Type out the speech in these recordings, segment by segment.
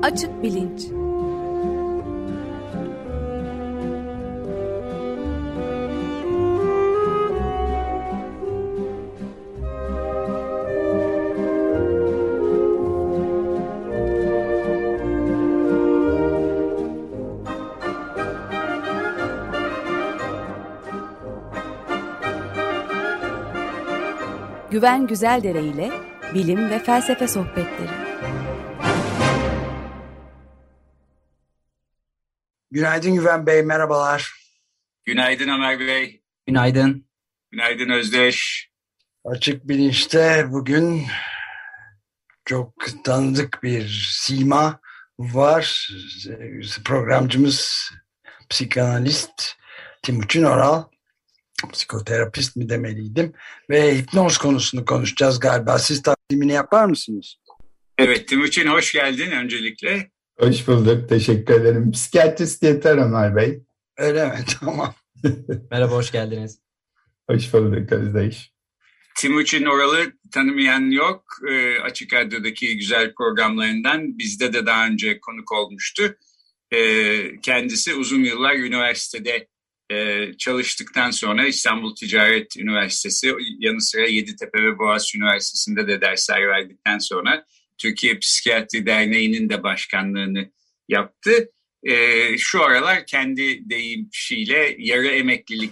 Açık Bilinç. Güven Güzeldere ile bilim ve felsefe sohbetleri. Günaydın Güven Bey, merhabalar. Günaydın Ömer Bey. Günaydın. Günaydın Özdeş. Açık Bilinç'te bugün çok tanıdık bir sima var. Programcımız psikanalist Timuçin Oral, psikoterapist mi demeliydim, ve hipnoz konusunu konuşacağız galiba. Siz takdimini yapar mısınız? Evet Timuçin, hoş geldin öncelikle. Hoş bulduk, teşekkür ederim. Psikiyatrist yeter Ömer Bey. Öyle mi? Tamam. Merhaba, hoş geldiniz. Hoş bulduk Özdeş. Timuçin Oral'ı tanımayan yok. Açık Radyo'daki güzel programlarından bizde de daha önce konuk olmuştu. Kendisi uzun yıllar üniversitede çalıştıktan sonra İstanbul Ticaret Üniversitesi, yanı sıra Yeditepe ve Boğaziçi Üniversitesi'nde de dersler verdikten sonra Türkiye Psikiyatri Derneği'nin de başkanlığını yaptı. Şu aralar kendi deyişiyle yarı emeklilik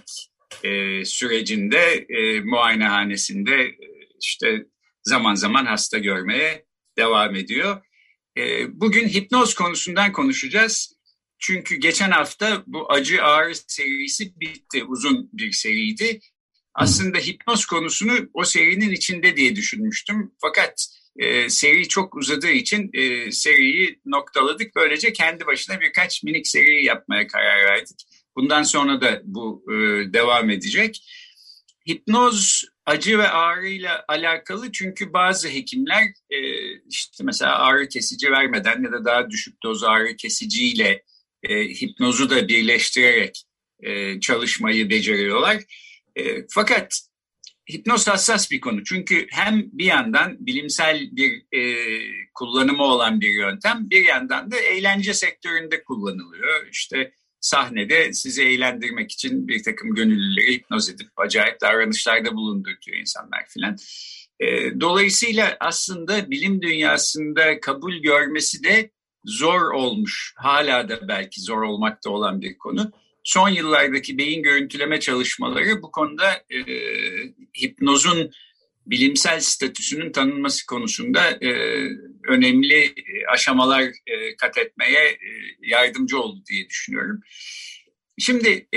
sürecinde muayenehanesinde işte zaman zaman hasta görmeye devam ediyor. Bugün hipnoz konusundan konuşacağız. Çünkü geçen hafta bu acı ağrı serisi bitti. Uzun bir seriydi. Aslında hipnoz konusunu o serinin içinde diye düşünmüştüm. Fakat seri çok uzadığı için seriyi noktaladık. Böylece kendi başına birkaç minik seri yapmaya karar verdik. Bundan sonra da bu devam edecek. Hipnoz acı ve ağrıyla alakalı, çünkü bazı hekimler işte mesela ağrı kesici vermeden ya da daha düşük doz ağrı kesiciyle hipnozu da birleştirerek çalışmayı beceriyorlar. Fakat hipnoz hassas bir konu. Çünkü hem bir yandan bilimsel bir kullanımı olan bir yöntem, bir yandan da eğlence sektöründe kullanılıyor. İşte sahnede sizi eğlendirmek için bir takım gönüllüleri hipnoz edip acayip davranışlarda bulunduruyor insanlar filan. Dolayısıyla aslında bilim dünyasında kabul görmesi de zor olmuş. Hala da belki zor olmakta olan bir konu. Son yıllardaki beyin görüntüleme çalışmaları bu konuda hipnozun bilimsel statüsünün tanınması konusunda önemli aşamalar kat etmeye yardımcı oldu diye düşünüyorum. Şimdi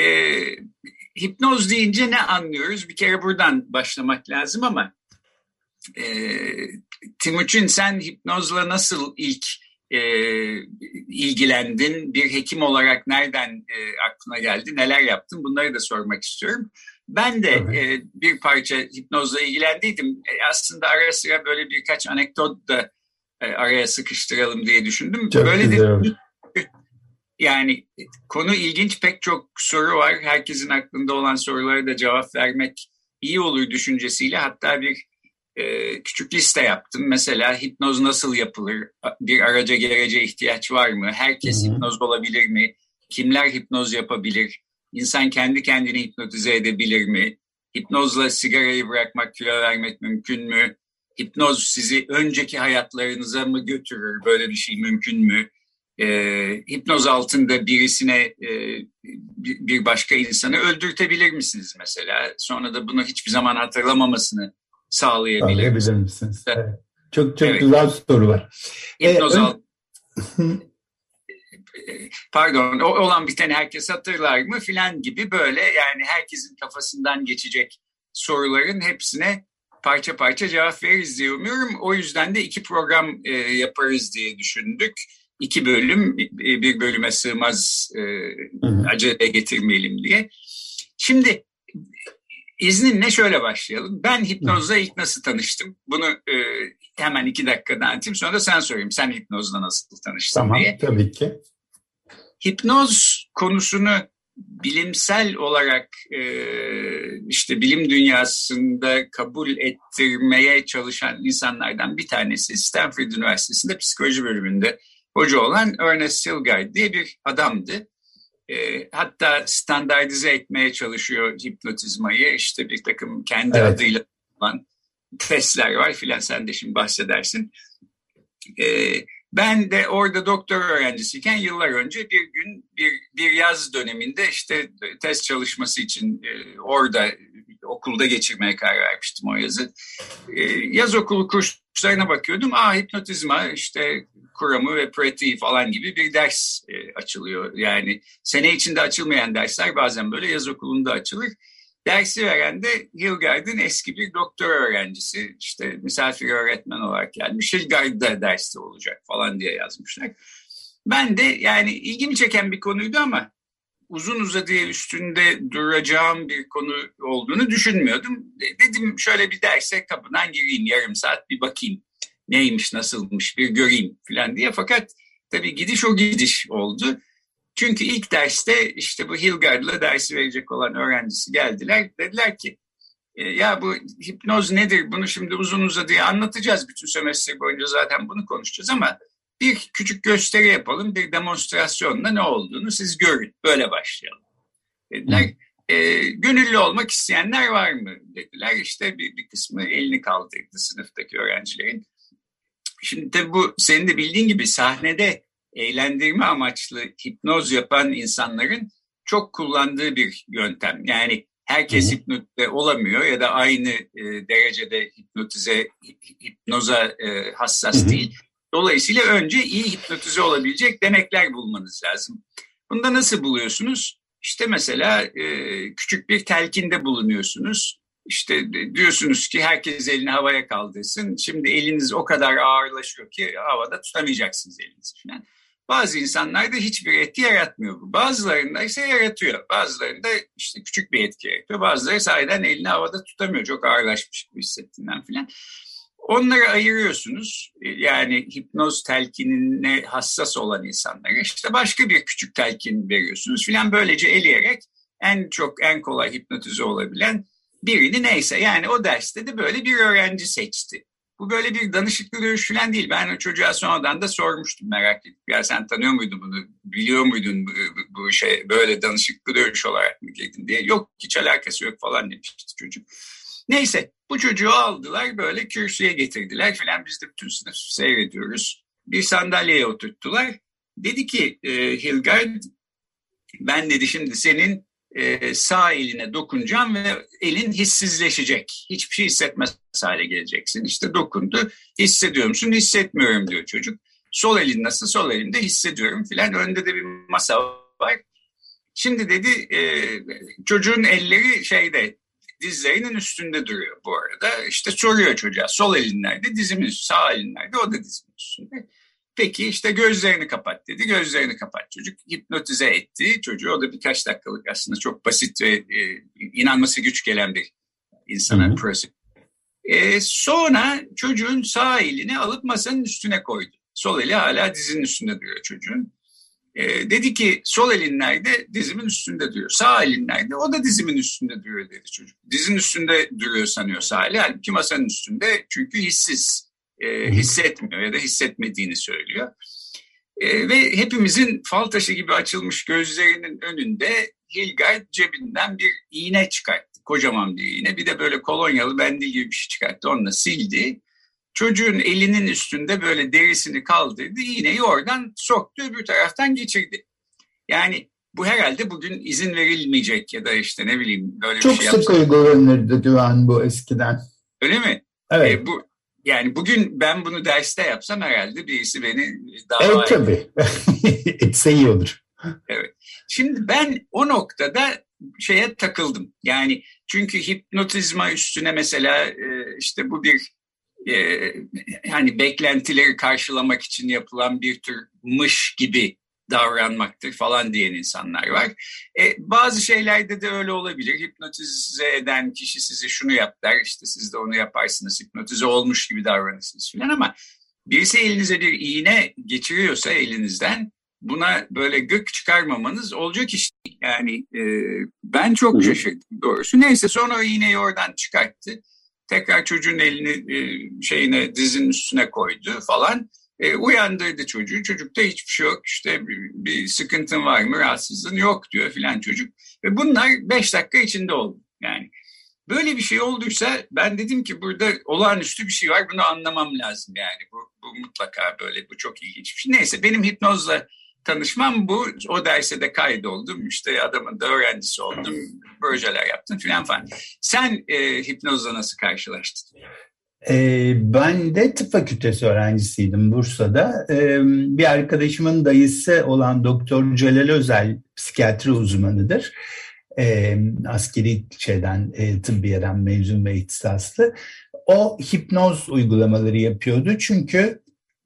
hipnoz deyince ne anlıyoruz? Bir kere buradan başlamak lazım ama Timuçin, sen hipnozla nasıl ilk ilgilendin? Bir hekim olarak nereden aklına geldi? Neler yaptın? Bunları da sormak istiyorum. Ben de bir parça hipnozla ilgilendiydim. Aslında ara sıra böyle birkaç anekdot da araya sıkıştıralım diye düşündüm. Çok böyle güzel. Yani konu ilginç, pek çok soru var. Herkesin aklında olan sorulara da cevap vermek iyi olur düşüncesiyle. Hatta bir küçük liste yaptım. Mesela hipnoz nasıl yapılır? Bir araca gerece ihtiyaç var mı? Herkes hipnoz olabilir mi? Kimler hipnoz yapabilir? İnsan kendi kendini hipnotize edebilir mi? Hipnozla sigarayı bırakmak, kilo vermek mümkün mü? Hipnoz sizi önceki hayatlarınıza mı götürür? Böyle bir şey mümkün mü? Hipnoz altında birisine bir başka insanı öldürtebilir misiniz mesela? Sonra da bunu hiçbir zaman hatırlamamasını sağlayabilir misiniz? Evet. Çok güzel sorular. Hipnoz pardon, olan biten herkes hatırlar mı filan gibi, böyle yani herkesin kafasından geçecek soruların hepsine parça parça cevap veririz diye umuyorum. O yüzden de 2 program yaparız diye düşündük. 2 bölüm, bir bölüme sığmaz, acele getirmeyelim diye. Şimdi İzninle şöyle başlayalım. Ben hipnozla ilk nasıl tanıştım? Bunu hemen 2 dakikada anlatayım. Sonra da sen sorayım. Sen hipnozla nasıl tanıştın diye. Tamam, tabii ki. Hipnoz konusunu bilimsel olarak işte bilim dünyasında kabul ettirmeye çalışan insanlardan bir tanesi Stanford Üniversitesi'nde psikoloji bölümünde hoca olan Ernest Hilgard diye bir adamdı. Hatta standartize etmeye çalışıyor hipnotizmayı. İşte bir takım kendi adıyla olan testler var filan, sen de şimdi bahsedersin. Ben de orada doktor öğrencisiyken yıllar önce bir gün bir yaz döneminde işte test çalışması için orada okulda geçirmeye karar vermiştim o yazı. Yaz okulu kurslarına bakıyordum. Hipnotizma, işte kuramı ve pratiği falan gibi bir ders açılıyor. Yani sene içinde açılmayan dersler bazen böyle yaz okulunda açılır. Dersi veren de Hilgard'ın eski bir doktor öğrencisi. İşte misafir öğretmen olarak gelmiş. Hilgard da derste olacak falan diye yazmışlar. Ben de yani ilgimi çeken bir konuydu ama uzun uzadıya üstünde duracağım bir konu olduğunu düşünmüyordum. Dedim şöyle bir derse kapıdan gireyim, yarım saat bir bakayım. Neymiş, nasılmış bir göreyim falan diye. Fakat tabii gidiş o gidiş oldu. Çünkü ilk derste işte bu Hilgard'la dersi verecek olan öğrencisi geldiler. Dediler ki ya bu hipnoz nedir? Bunu şimdi uzun uzadıya anlatacağız. Bütün sömestr boyunca zaten bunu konuşacağız ama bir küçük gösteri yapalım. Bir demonstrasyonla ne olduğunu siz görün. Böyle başlayalım dediler. Gönüllü olmak isteyenler var mı dediler. İşte bir kısmı elini kaldırdı sınıftaki öğrencilerin. Şimdi tabii bu senin de bildiğin gibi sahnede eğlendirme amaçlı hipnoz yapan insanların çok kullandığı bir yöntem. Yani herkes hipnotize olamıyor ya da aynı derecede hipnoza hassas değil. Dolayısıyla önce iyi hipnotize olabilecek denekler bulmanız lazım. Bunda nasıl buluyorsunuz? İşte mesela küçük bir telkinde bulunuyorsunuz. İşte diyorsunuz ki herkes elini havaya kaldırsın. Şimdi eliniz o kadar ağırlaşıyor ki havada tutamayacaksınız elinizi falan. Bazı insanlarda hiçbir etki yaratmıyor bu. Bazılarında ise yaratıyor. Bazılarında işte küçük bir etki yaratıyor. Bazıları sahiden elini havada tutamıyor. Çok ağırlaşmış gibi hissettiğinden falan. Onları ayırıyorsunuz. Yani hipnoz telkinine hassas olan insanlara işte başka bir küçük telkin veriyorsunuz falan. Böylece eleyerek en kolay hipnotize olabilen birini neyse. Yani o derste de böyle bir öğrenci seçti. Bu böyle bir danışıklı dövüş falan değil. Ben o çocuğa sonradan da sormuştum, merak edip. Ya sen tanıyor muydun bunu? Biliyor muydun bu şey böyle danışıklı dövüş olarak mı girdin diye. Yok, hiç alakası yok falan demişti çocuk. Neyse bu çocuğu aldılar, böyle kürsüye getirdiler falan. Biz de bütün sınıf seyrediyoruz. Bir sandalyeye oturttular. Dedi ki Hilgard, ben dedi şimdi senin sağ eline dokunacağım ve elin hissizleşecek. Hiçbir şey hissetmez hale geleceksin. İşte dokundu. Hissediyor musun? Hissetmiyorum diyor çocuk. Sol elin nasıl? Sol elimde hissediyorum filan. Önde de bir masa var. Şimdi dedi çocuğun elleri dizlerinin üstünde duruyor bu arada. İşte soruyor çocuğa, sol elin nerede? Dizimin üstünde. Sağ elin nerede? O da dizimin üstünde. Peki işte gözlerini kapat dedi. Gözlerini kapat. Çocuk hipnotize etti çocuğu. O da birkaç dakikalık aslında çok basit ve inanması güç gelen bir insana prosedür. Sonra çocuğun sağ elini alıp masanın üstüne koydu. Sol eli hala dizinin üstünde duruyor çocuğun. Dedi ki sol elin nerede? Dizimin üstünde duruyor. Sağ elin nerede? O da dizimin üstünde duruyor dedi çocuk. Dizinin üstünde duruyor sanıyor sağ eli. Halbuki masanın üstünde, çünkü hissiz. Hissetmiyor ya da hissetmediğini söylüyor. Ve hepimizin fal taşı gibi açılmış gözlerinin önünde Hilgard cebinden bir iğne çıkarttı. Kocaman bir iğne. Bir de böyle kolonyalı mendil gibi bir şey çıkarttı. Onunla sildi. Çocuğun elinin üstünde böyle derisini kaldırdı. İğneyi oradan soktu, öbür taraftan geçirdi. Yani bu herhalde bugün izin verilmeyecek ya da işte ne bileyim böyle çok bir şey sık uygulanırdı Güven bu eskiden. Öyle mi? Evet. Yani bugün ben bunu derste yapsam herhalde birisi beni evet tabii. Etse iyi olur. Evet. Şimdi ben o noktada şeye takıldım. Yani çünkü hipnotizma üstüne mesela işte bu bir hani beklentileri karşılamak için yapılan bir tür mış gibi davranmaktır falan diyen insanlar var. Bazı şeylerde de öyle olabilir. Hipnotize eden kişi size şunu yap der, işte siz de onu yaparsınız, hipnotize olmuş gibi davranırsınız falan, ama birisi elinize bir iğne geçiriyorsa elinizden, buna böyle gök çıkarmamanız olacak iş değil. Yani ben çok şaşırdım doğrusu. Neyse sonra o iğneyi oradan çıkarttı. Tekrar çocuğun elini dizinin üstüne koydu falan. Uyandırdı çocuğu. Çocukta hiçbir şey yok. İşte bir sıkıntın var mı, rahatsızlığın yok diyor filan çocuk. Ve bunlar 5 dakika içinde oldu. Yani böyle bir şey olduysa ben dedim ki burada olağanüstü bir şey var. Bunu anlamam lazım yani. Bu mutlaka böyle, bu çok ilginç bir şey. Neyse, benim hipnozla tanışmam bu. O derse de kaydoldum. İşte adamın da öğrencisi oldum. Projeler yaptım filan falan. Sen hipnozla nasıl karşılaştın? Ben de tıp fakültesi öğrencisiydim Bursa'da. Bir arkadaşımın dayısı olan Doktor Celal Özel psikiyatri uzmanıdır. Askeri tıbbiyeden mezun ve ihtisaslı. O hipnoz uygulamaları yapıyordu. Çünkü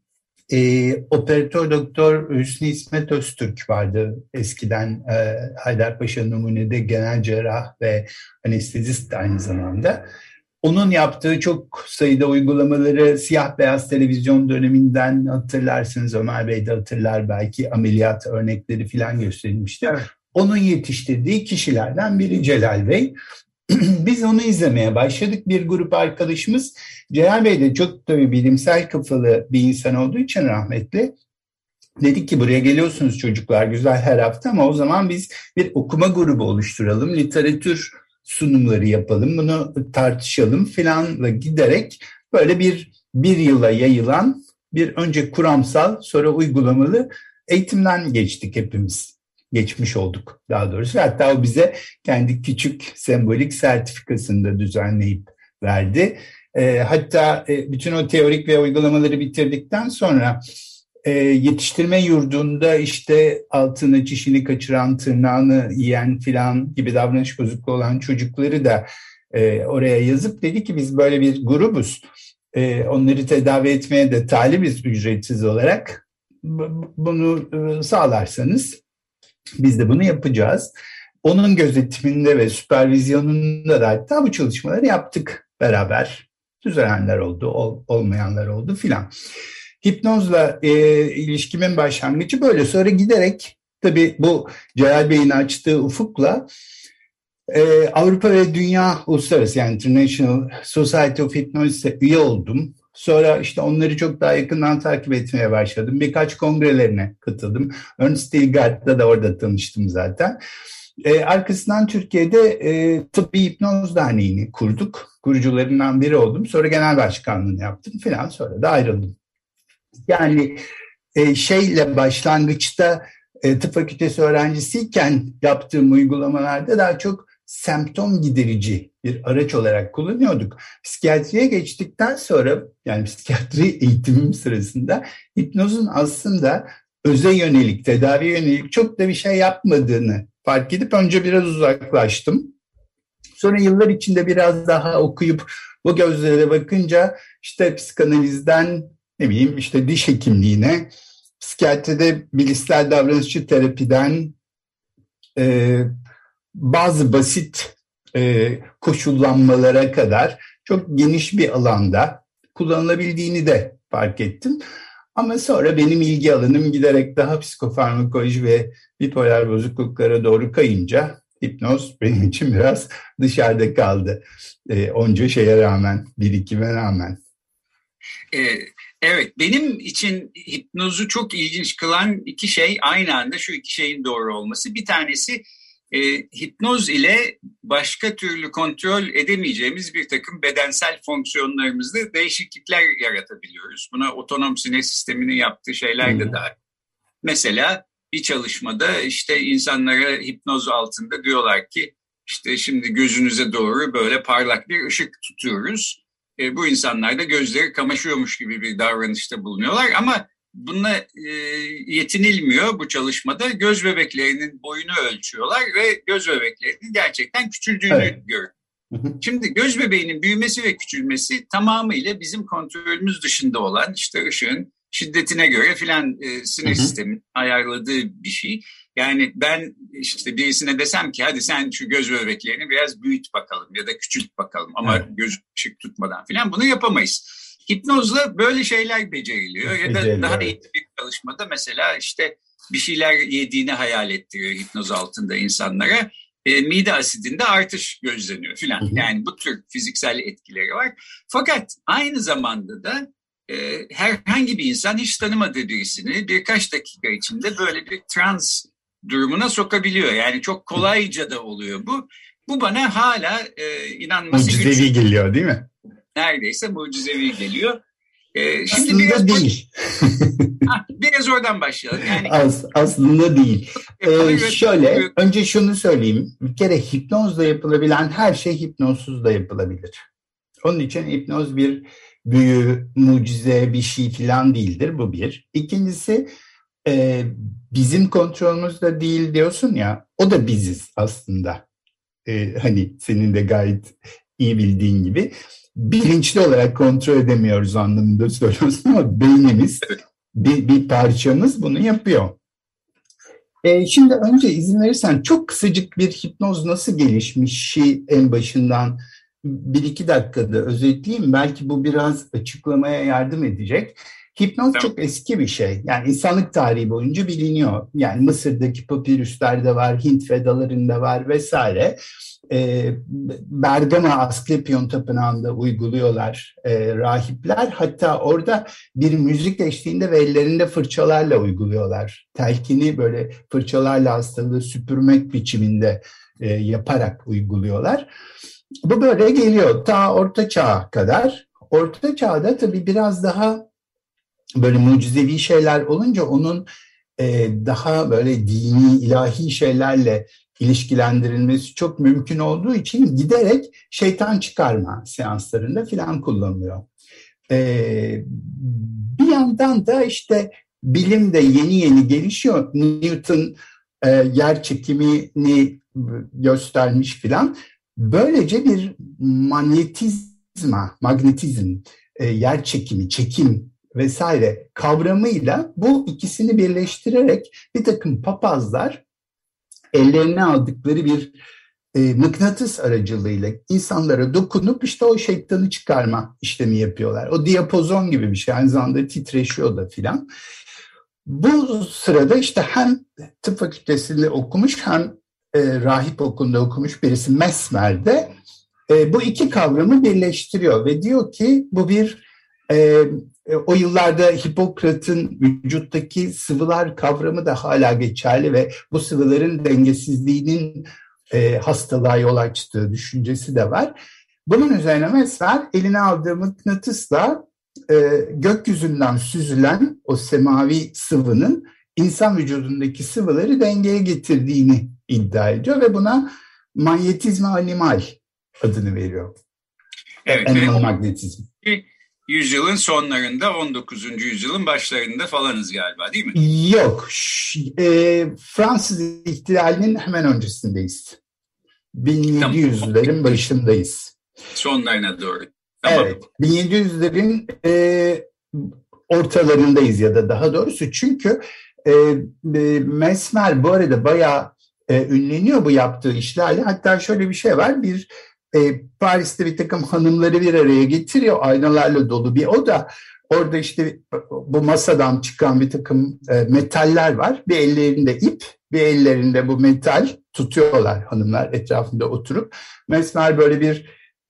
operatör doktor Hüsnü İsmet Öztürk vardı eskiden, Haydarpaşa Numune'de genel cerrah ve anestezist aynı zamanda. Onun yaptığı çok sayıda uygulamaları siyah beyaz televizyon döneminden hatırlarsınız. Ömer Bey de hatırlar belki, ameliyat örnekleri falan gösterilmişti. Evet. Onun yetiştirdiği kişilerden biri Celal Bey. Biz onu izlemeye başladık. Bir grup arkadaşımız, Celal Bey de çok tabii bilimsel kafalı bir insan olduğu için rahmetli. Dedik ki buraya geliyorsunuz çocuklar, güzel her hafta, ama o zaman biz bir okuma grubu oluşturalım. Literatür sunumları yapalım, bunu tartışalım filanla giderek böyle bir yıla yayılan bir önce kuramsal sonra uygulamalı eğitimden geçtik hepimiz. Geçmiş olduk daha doğrusu. Hatta o bize kendi küçük sembolik sertifikasını da düzenleyip verdi. Hatta bütün o teorik ve uygulamaları bitirdikten sonra yetiştirme yurdunda işte altını çişini kaçıran, tırnağını yiyen filan gibi davranış bozukluğu olan çocukları da oraya yazıp dedi ki biz böyle bir grubuz. Onları tedavi etmeye de talibiz ücretsiz olarak. Bunu sağlarsanız biz de bunu yapacağız. Onun gözetiminde ve süpervizyonunda da hatta bu çalışmaları yaptık beraber. Düzelenler oldu, olmayanlar oldu filan. Hipnozla ilişkimin başlangıcı böyle. Sonra giderek tabii bu Celal Bey'in açtığı ufukla Avrupa ve Dünya Uluslararası, yani International Society of Hypnosis'e üye oldum. Sonra işte onları çok daha yakından takip etmeye başladım. Birkaç kongrelerine katıldım. Ernst Ilgard'la da orada tanıştım zaten. Arkasından Türkiye'de Tıbbi Hipnoz Derneği'ni kurduk. Kurucularından biri oldum. Sonra genel başkanlığını yaptım filan. Sonra da ayrıldım. Yani başlangıçta tıp fakültesi öğrencisiyken yaptığım uygulamalarda daha çok semptom giderici bir araç olarak kullanıyorduk. Psikiyatriye geçtikten sonra, yani psikiyatri eğitimim sırasında hipnozun aslında öze yönelik, tedaviye yönelik çok da bir şey yapmadığını fark edip önce biraz uzaklaştım. Sonra yıllar içinde biraz daha okuyup bu gözlere bakınca işte psikanalizden işte diş hekimliğine, psikiyatride bilişsel davranışçı terapiden bazı basit koşullanmalara kadar çok geniş bir alanda kullanılabildiğini de fark ettim. Ama sonra benim ilgi alanım giderek daha psikofarmakoloji ve bipolar bozukluklara doğru kayınca hipnoz benim için biraz dışarıda kaldı. Onca şeye rağmen, birikime rağmen. Evet, benim için hipnozu çok ilginç kılan iki şey aynı anda, şu iki şeyin doğru olması. Bir tanesi hipnoz ile başka türlü kontrol edemeyeceğimiz bir takım bedensel fonksiyonlarımızda değişiklikler yaratabiliyoruz. Buna otonom sinir sisteminin yaptığı şeyler de dahil. Mesela bir çalışmada işte insanlara hipnoz altında diyorlar ki işte şimdi gözünüze doğru böyle parlak bir ışık tutuyoruz. Bu insanlar da gözleri kamaşıyormuş gibi bir davranışta bulunuyorlar ama bununla yetinilmiyor bu çalışmada. Göz bebeklerinin boyunu ölçüyorlar ve göz bebeklerinin gerçekten küçüldüğünü görüyor. Şimdi göz bebeğinin büyümesi ve küçülmesi tamamıyla bizim kontrolümüz dışında olan, işte ışığın şiddetine göre filan sinir sistemin ayarladığı bir şey. Yani ben işte birisine desem ki hadi sen şu göz bebeklerini biraz büyüt bakalım ya da küçült bakalım ama göz ışık tutmadan filan bunu yapamayız. Hipnozla böyle şeyler beceriliyor ya da daha iyi bir çalışmada mesela işte bir şeyler yediğini hayal ettiriyor hipnoz altında insanlara. Mide asidinde artış gözleniyor filan. Yani bu tür fiziksel etkileri var. Fakat aynı zamanda da herhangi bir insan hiç tanımadığı birisini birkaç dakika içinde böyle bir trans durumuna sokabiliyor. Yani çok kolayca da oluyor bu. Bu bana hala inanması mucizevi geliyor değil mi? Neredeyse mucizevi geliyor. Şimdi aslında biraz değil. Biraz oradan başlayalım. Yani aslında değil. Şöyle, önce şunu söyleyeyim. Bir kere hipnozla yapılabilen her şey hipnozsuz da yapılabilir. Onun için hipnoz bir büyü, mucize bir şey falan değildir. Bu bir. İkincisi, bizim kontrolümüzde değil diyorsun ya, o da biziz aslında. Hani senin de gayet iyi bildiğin gibi. Bilinçli olarak kontrol edemiyoruz anlamında söylüyorsun ama beynimiz, bir parçamız bunu yapıyor. Şimdi önce izin verirsen çok kısacık bir hipnoz nasıl gelişmişi en başından 1-2 dakikada özetleyeyim. Belki bu biraz açıklamaya yardım edecek. Hipnoz çok eski bir şey. Yani insanlık tarihi boyunca biliniyor. Yani Mısır'daki papirüslerde var, Hint Vedalarında var vesaire. Bergama Asklepion Tapınağı'nda uyguluyorlar rahipler. Hatta orada bir müzik eşliğinde ve ellerinde fırçalarla uyguluyorlar. Telkini böyle fırçalarla hastalığı süpürmek biçiminde yaparak uyguluyorlar. Bu böyle geliyor ta Orta Çağ'a kadar. Orta Çağ'da tabii biraz daha böyle mucizevi şeyler olunca onun daha böyle dini, ilahi şeylerle ilişkilendirilmesi çok mümkün olduğu için giderek şeytan çıkarma seanslarında filan kullanılıyor. Bir yandan da işte bilim de yeni gelişiyor. Newton yer çekimini göstermiş filan. Böylece bir magnetizm, yer çekimi, çekim vesaire kavramıyla bu ikisini birleştirerek bir takım papazlar ellerine aldıkları bir mıknatıs aracılığıyla insanlara dokunup işte o şeytanı çıkarma işlemi yapıyorlar. O diapozon gibi bir şey, aynı zamanda titreşiyor da filan. Bu sırada işte hem tıp fakültesinde okumuş hem rahip okulunda okumuş birisi Mesmer'de bu iki kavramı birleştiriyor ve diyor ki bu bir o yıllarda Hipokrat'ın vücuttaki sıvılar kavramı da hala geçerli ve bu sıvıların dengesizliğinin hastalığa yol açtığı düşüncesi de var. Bunun üzerine Mesmer eline aldığı mıknatısla gökyüzünden süzülen o semavi sıvının insan vücudundaki sıvıları dengeye getirdiğini iddia ediyor ve buna manyetizma animal adını veriyor. Evet. Animal magnetizm. Yüzyılın sonlarında, 19. yüzyılın başlarında falanız galiba, değil mi? Yok. Fransız ihtilalinin hemen öncesindeyiz. 1700'lerin başındayız. Sonlarına doğru. Tamam. Evet. 1700'lerin ortalarındayız ya da daha doğrusu. Çünkü Mesmer bu arada bayağı ünleniyor bu yaptığı işlerle. Hatta şöyle bir şey var. Paris'te bir takım hanımları bir araya getiriyor. Aynalarla dolu bir oda. Orada işte bu masadan çıkan bir takım metaller var. Bir ellerinde ip, bir ellerinde bu metal tutuyorlar hanımlar etrafında oturup. Mesmer böyle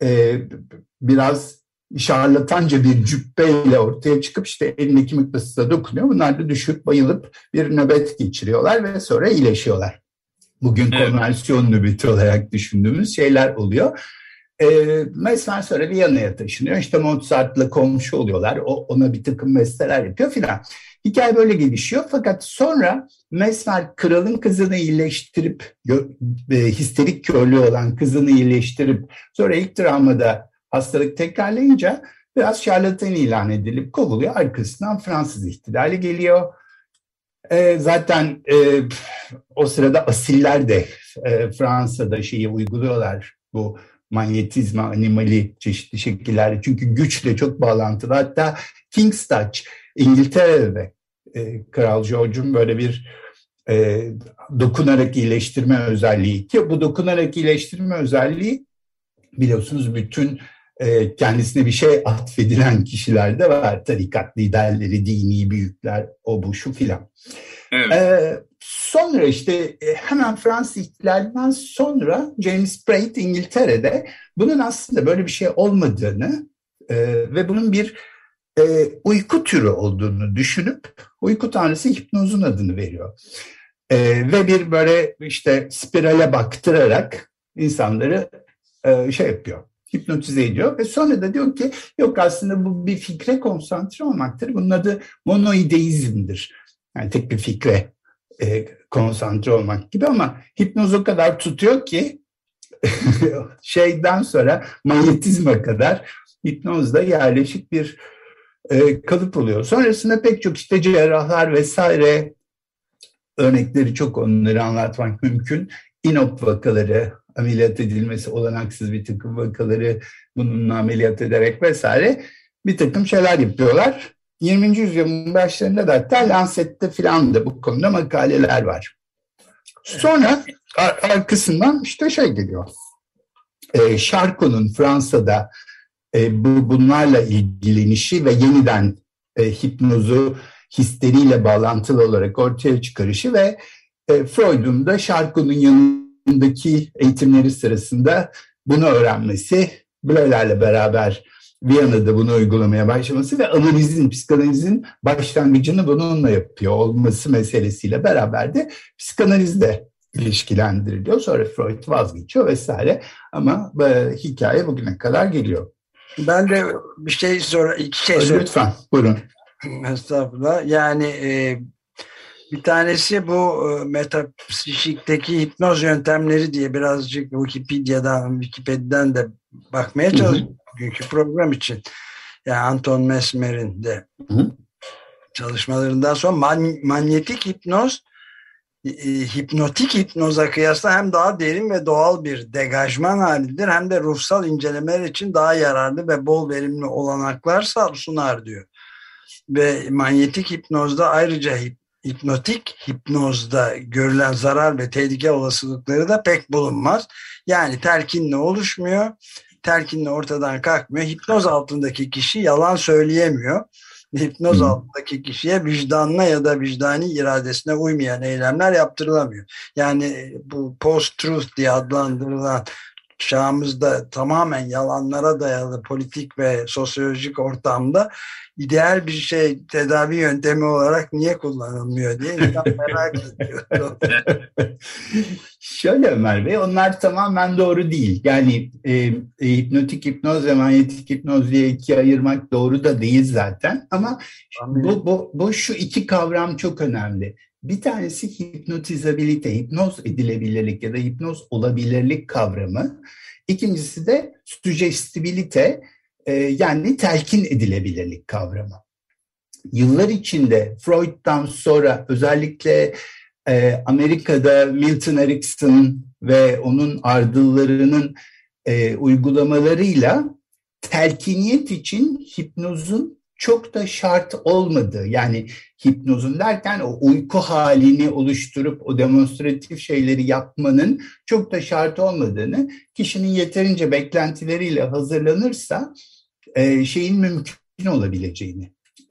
biraz şarlatanca bir cübbeyle ortaya çıkıp işte elindeki mıknatısla dokunuyor. Bunlar da düşüp bayılıp bir nöbet geçiriyorlar ve sonra iyileşiyorlar. Bugün konversiyon nöbeti olarak düşündüğümüz şeyler oluyor. Mesmer sonra Viyana'ya taşınıyor. İşte Mozart'la komşu oluyorlar. Ona bir takım besteler yapıyor filan. Hikaye böyle gelişiyor. Fakat sonra Mesmer kralın kızını iyileştirip, histerik körlüğü olan kızını iyileştirip sonra ilk travmada hastalık tekrarlayınca biraz şarlatan ilan edilip kovuluyor. Arkasından Fransız ihtilali geliyor. Zaten o sırada asiller de Fransa'da şeyi uyguluyorlar, bu manyetizma animali çeşitli şekillerde. Çünkü güçle çok bağlantılı. Hatta King's Touch İngiltere'de Kral George'un böyle bir dokunarak iyileştirme özelliği, ki bu dokunarak iyileştirme özelliği biliyorsunuz bütün kendisine bir şey atfedilen kişilerde var. Tarikat liderleri, dini büyükler, o bu şu filan. Evet. Sonra işte hemen Fransız ihtilalinden sonra James Braid İngiltere'de bunun aslında böyle bir şey olmadığını ve bunun bir uyku türü olduğunu düşünüp uyku tanrısı hipnozun adını veriyor. Ve bir böyle işte spirale baktırarak insanları şey yapıyor, hipnotize ediyor ve sonra da diyor ki yok aslında bu bir fikre konsantre olmaktır. Bunun adı monoideizmdir. Yani tek bir fikre konsantre olmak gibi ama hipnoz o kadar tutuyor ki şeyden sonra manyetizma kadar hipnozda yerleşik bir kalıp oluyor. Sonrasında pek çok işte cerrahlar vesaire örnekleri çok, onları anlatmak mümkün. İnop vakaları, ameliyat edilmesi olanaksız bir takım vakaları bununla ameliyat ederek vesaire bir takım şeyler yapıyorlar. 20. yüzyılın başlarında da hatta Lancet'te filan da bu konuda makaleler var. Sonra arkasından işte şey geliyor. Charcot'un Fransa'da bunlarla ilgilenişi ve yeniden hipnozu histeriyle bağlantılı olarak ortaya çıkarışı ve Freud'un da Charcot'un yanındaki eğitimleri sırasında bunu öğrenmesi, Bleuler'le beraber Viyana'da bunu uygulamaya başlaması ve psikanalizin başlangıcını bununla yapıyor olması meselesiyle beraber de psikanalizle ilişkilendiriliyor. Sonra Freud vazgeçiyor vesaire ama hikaye bugüne kadar geliyor. Ben de iki şey sorayım. Lütfen, buyurun. Estağfurullah. Yani bir tanesi bu metapsikikteki hipnoz yöntemleri diye birazcık Wikipedia'dan da bakmaya çalıştım bugünkü program için. Yani Anton Mesmer'in de çalışmalarından sonra manyetik hipnoz hipnotik hipnoza kıyasla hem daha derin ve doğal bir degajman halidir hem de ruhsal incelemeler için daha yararlı ve bol verimli olanaklar sunar diyor. Ve manyetik hipnozda ayrıca hipnotik hipnozda görülen zarar ve tehlike olasılıkları da pek bulunmaz. Yani telkinle oluşmuyor, telkinle ortadan kalkmıyor. Hipnoz altındaki kişi yalan söyleyemiyor. Hipnoz altındaki kişiye vicdanına ya da vicdani iradesine uymayan eylemler yaptırılamıyor. Yani bu post-truth diye adlandırılan çağımızda tamamen yalanlara dayalı politik ve sosyolojik ortamda ideal bir şey, tedavi yöntemi olarak niye kullanılmıyor diye insan merak ediyor. Şöyle Ömer Bey, onlar tamamen doğru değil. Yani hipnotik hipnoz ve manyetik hipnoz diye ikiye ayırmak doğru da değil zaten. Ama bu şu iki kavram çok önemli. Bir tanesi hipnotizabilite, hipnoz edilebilirlik ya da hipnoz olabilirlik kavramı. İkincisi de sugestibilite, yani telkin edilebilirlik kavramı. Yıllar içinde Freud'dan sonra özellikle Amerika'da Milton Erickson ve onun ardıllarının uygulamalarıyla telkiniyet için hipnozun çok da şart olmadığı, yani hipnozun derken o uyku halini oluşturup o demonstratif şeyleri yapmanın çok da şart olmadığını, kişinin yeterince beklentileriyle hazırlanırsa şeyin mümkün olabileceğini,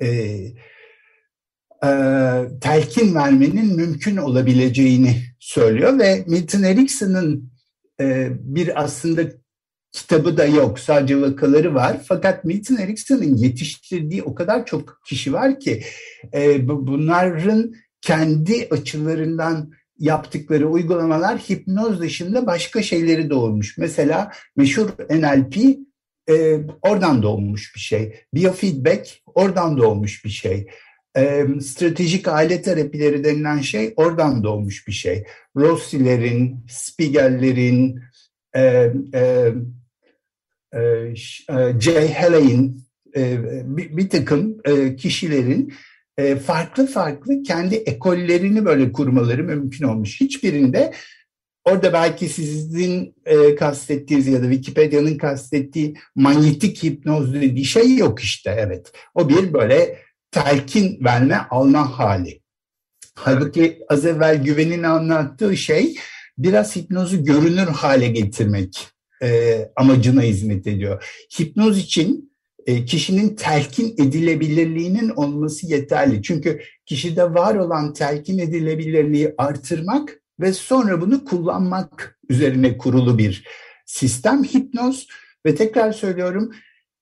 telkin vermenin mümkün olabileceğini söylüyor ve Milton Erickson'ın bir aslında kitabı da yok, sadece vakaları var. Fakat Milton Erickson'ın yetiştirdiği o kadar çok kişi var ki bunların kendi açılarından yaptıkları uygulamalar hipnoz dışında başka şeyleri doğurmuş. Mesela meşhur NLP oradan doğmuş bir şey. Biofeedback oradan doğmuş bir şey. Stratejik aile terapileri denilen şey oradan doğmuş bir şey. Rossi'lerin, Spiegel'lerin, Jay Haley'in bir takım kişilerin farklı kendi ekollerini böyle kurmaları mümkün olmuş. Hiçbirinde orada belki sizin kastettiğiniz ya da Wikipedia'nın kastettiği manyetik hipnoz dediği şey yok işte, evet. O bir böyle telkin verme alma hali. Halbuki az evvel Güven'in anlattığı şey biraz hipnozu görünür hale getirmek amacına hizmet ediyor. Hipnoz için kişinin telkin edilebilirliğinin olması yeterli. Çünkü kişide var olan telkin edilebilirliği artırmak ve sonra bunu kullanmak üzerine kurulu bir sistem hipnoz. Ve tekrar söylüyorum,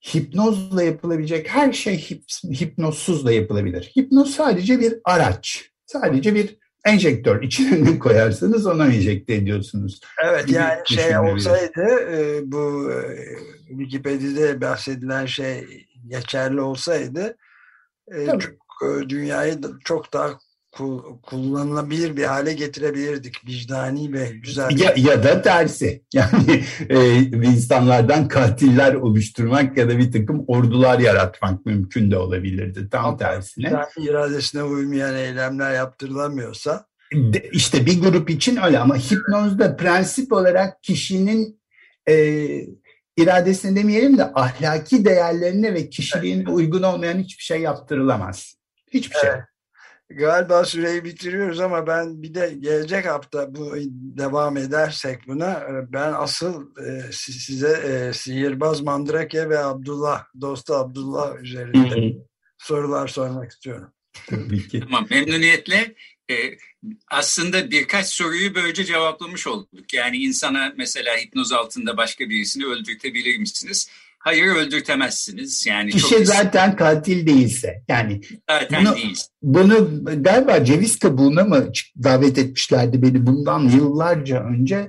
hipnozla yapılabilecek her şey hipnozsuz da yapılabilir. Hipnoz sadece bir araç, sadece bir enjektör. İçine ne koyarsanız ona enjekte ediyorsunuz. Evet, gibi yani şey düşünülebilir. olsaydı bu Wikipedia'da bahsedilen şey geçerli olsaydı dünyayı çok daha kullanılabilir bir hale getirebilirdik. Vicdani ve güzel. Ya da tersi. Yani insanlardan katiller oluşturmak ya da bir takım ordular yaratmak mümkün de olabilirdi. Tam tersine. Vicdani iradesine uymayan eylemler yaptırılamıyorsa. İşte bir grup için öyle ama hipnozda prensip olarak kişinin iradesine demeyelim de ahlaki değerlerine ve kişiliğine uygun olmayan hiçbir şey yaptırılamaz. Hiçbir şey. Galiba süreyi bitiriyoruz ama ben bir de gelecek hafta bu devam edersek buna ben asıl size sihirbaz Mandrake ve dostu Abdullah üzerinde sorular sormak istiyorum. Tabii ki. Tamam, memnuniyetle. Aslında birkaç soruyu böylece cevaplamış olduk. Yani insana mesela hipnoz altında başka birisini öldürtebilir misiniz? Hayır, öldürtemezsiniz. Yani kişi zaten katil değilse. Yani zaten değilse. Bunu galiba ceviz kabuğuna mı davet etmişlerdi beni bundan yıllarca önce.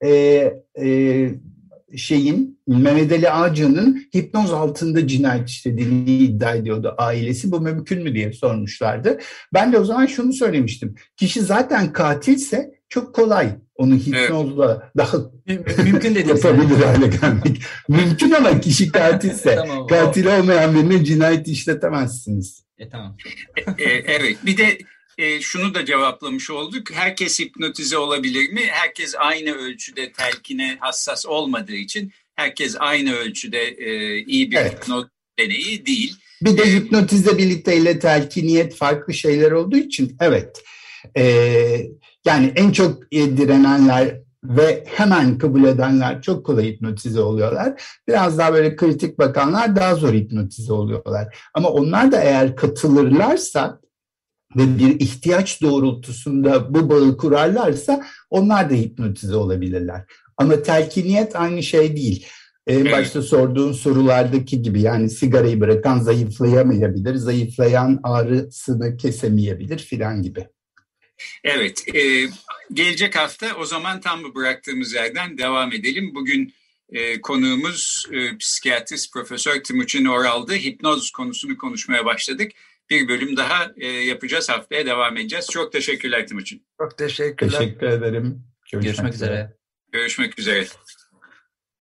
Mehmet Ali Ağcı'nın hipnoz altında cinayet işlediğini iddia ediyordu ailesi. Bu mümkün mü diye sormuşlardı. Ben de o zaman şunu söylemiştim. Kişi zaten katilse çok kolay onu hipnozla daha mümkün dediniz. Yapabilir hale gelmek. Mümkün ama kişi katilse. Tamam, katil olmayan birine cinayet işletemezsiniz. Tamam. Evet, bir de şunu da cevaplamış olduk. Herkes hipnotize olabilir mi? Herkes aynı ölçüde telkine hassas olmadığı için herkes aynı ölçüde iyi bir hipnoz deneyi değil. Bir de hipnotizabilite ile telkiniyet farklı şeyler olduğu için evet. Yani en çok direnenler ve hemen kabul edenler çok kolay hipnotize oluyorlar. Biraz daha böyle kritik bakanlar daha zor hipnotize oluyorlar. Ama onlar da eğer katılırlarsa ve bir ihtiyaç doğrultusunda bu bağı kurarlarsa onlar da hipnotize olabilirler. Ama telkiniyet aynı şey değil. Başta sorduğun sorulardaki gibi yani sigarayı bırakan zayıflayamayabilir, zayıflayan ağrısını kesemeyebilir filan gibi. Evet, gelecek hafta o zaman tam bu bıraktığımız yerden devam edelim. Bugün konuğumuz psikiyatrist Profesör Timuçin Oral'dı. Hipnoz konusunu konuşmaya başladık. Bir bölüm daha yapacağız, haftaya devam edeceğiz. Çok teşekkürler Timuçin. Çok teşekkürler. Teşekkür ederim. Görüşmek üzere. Görüşmek üzere.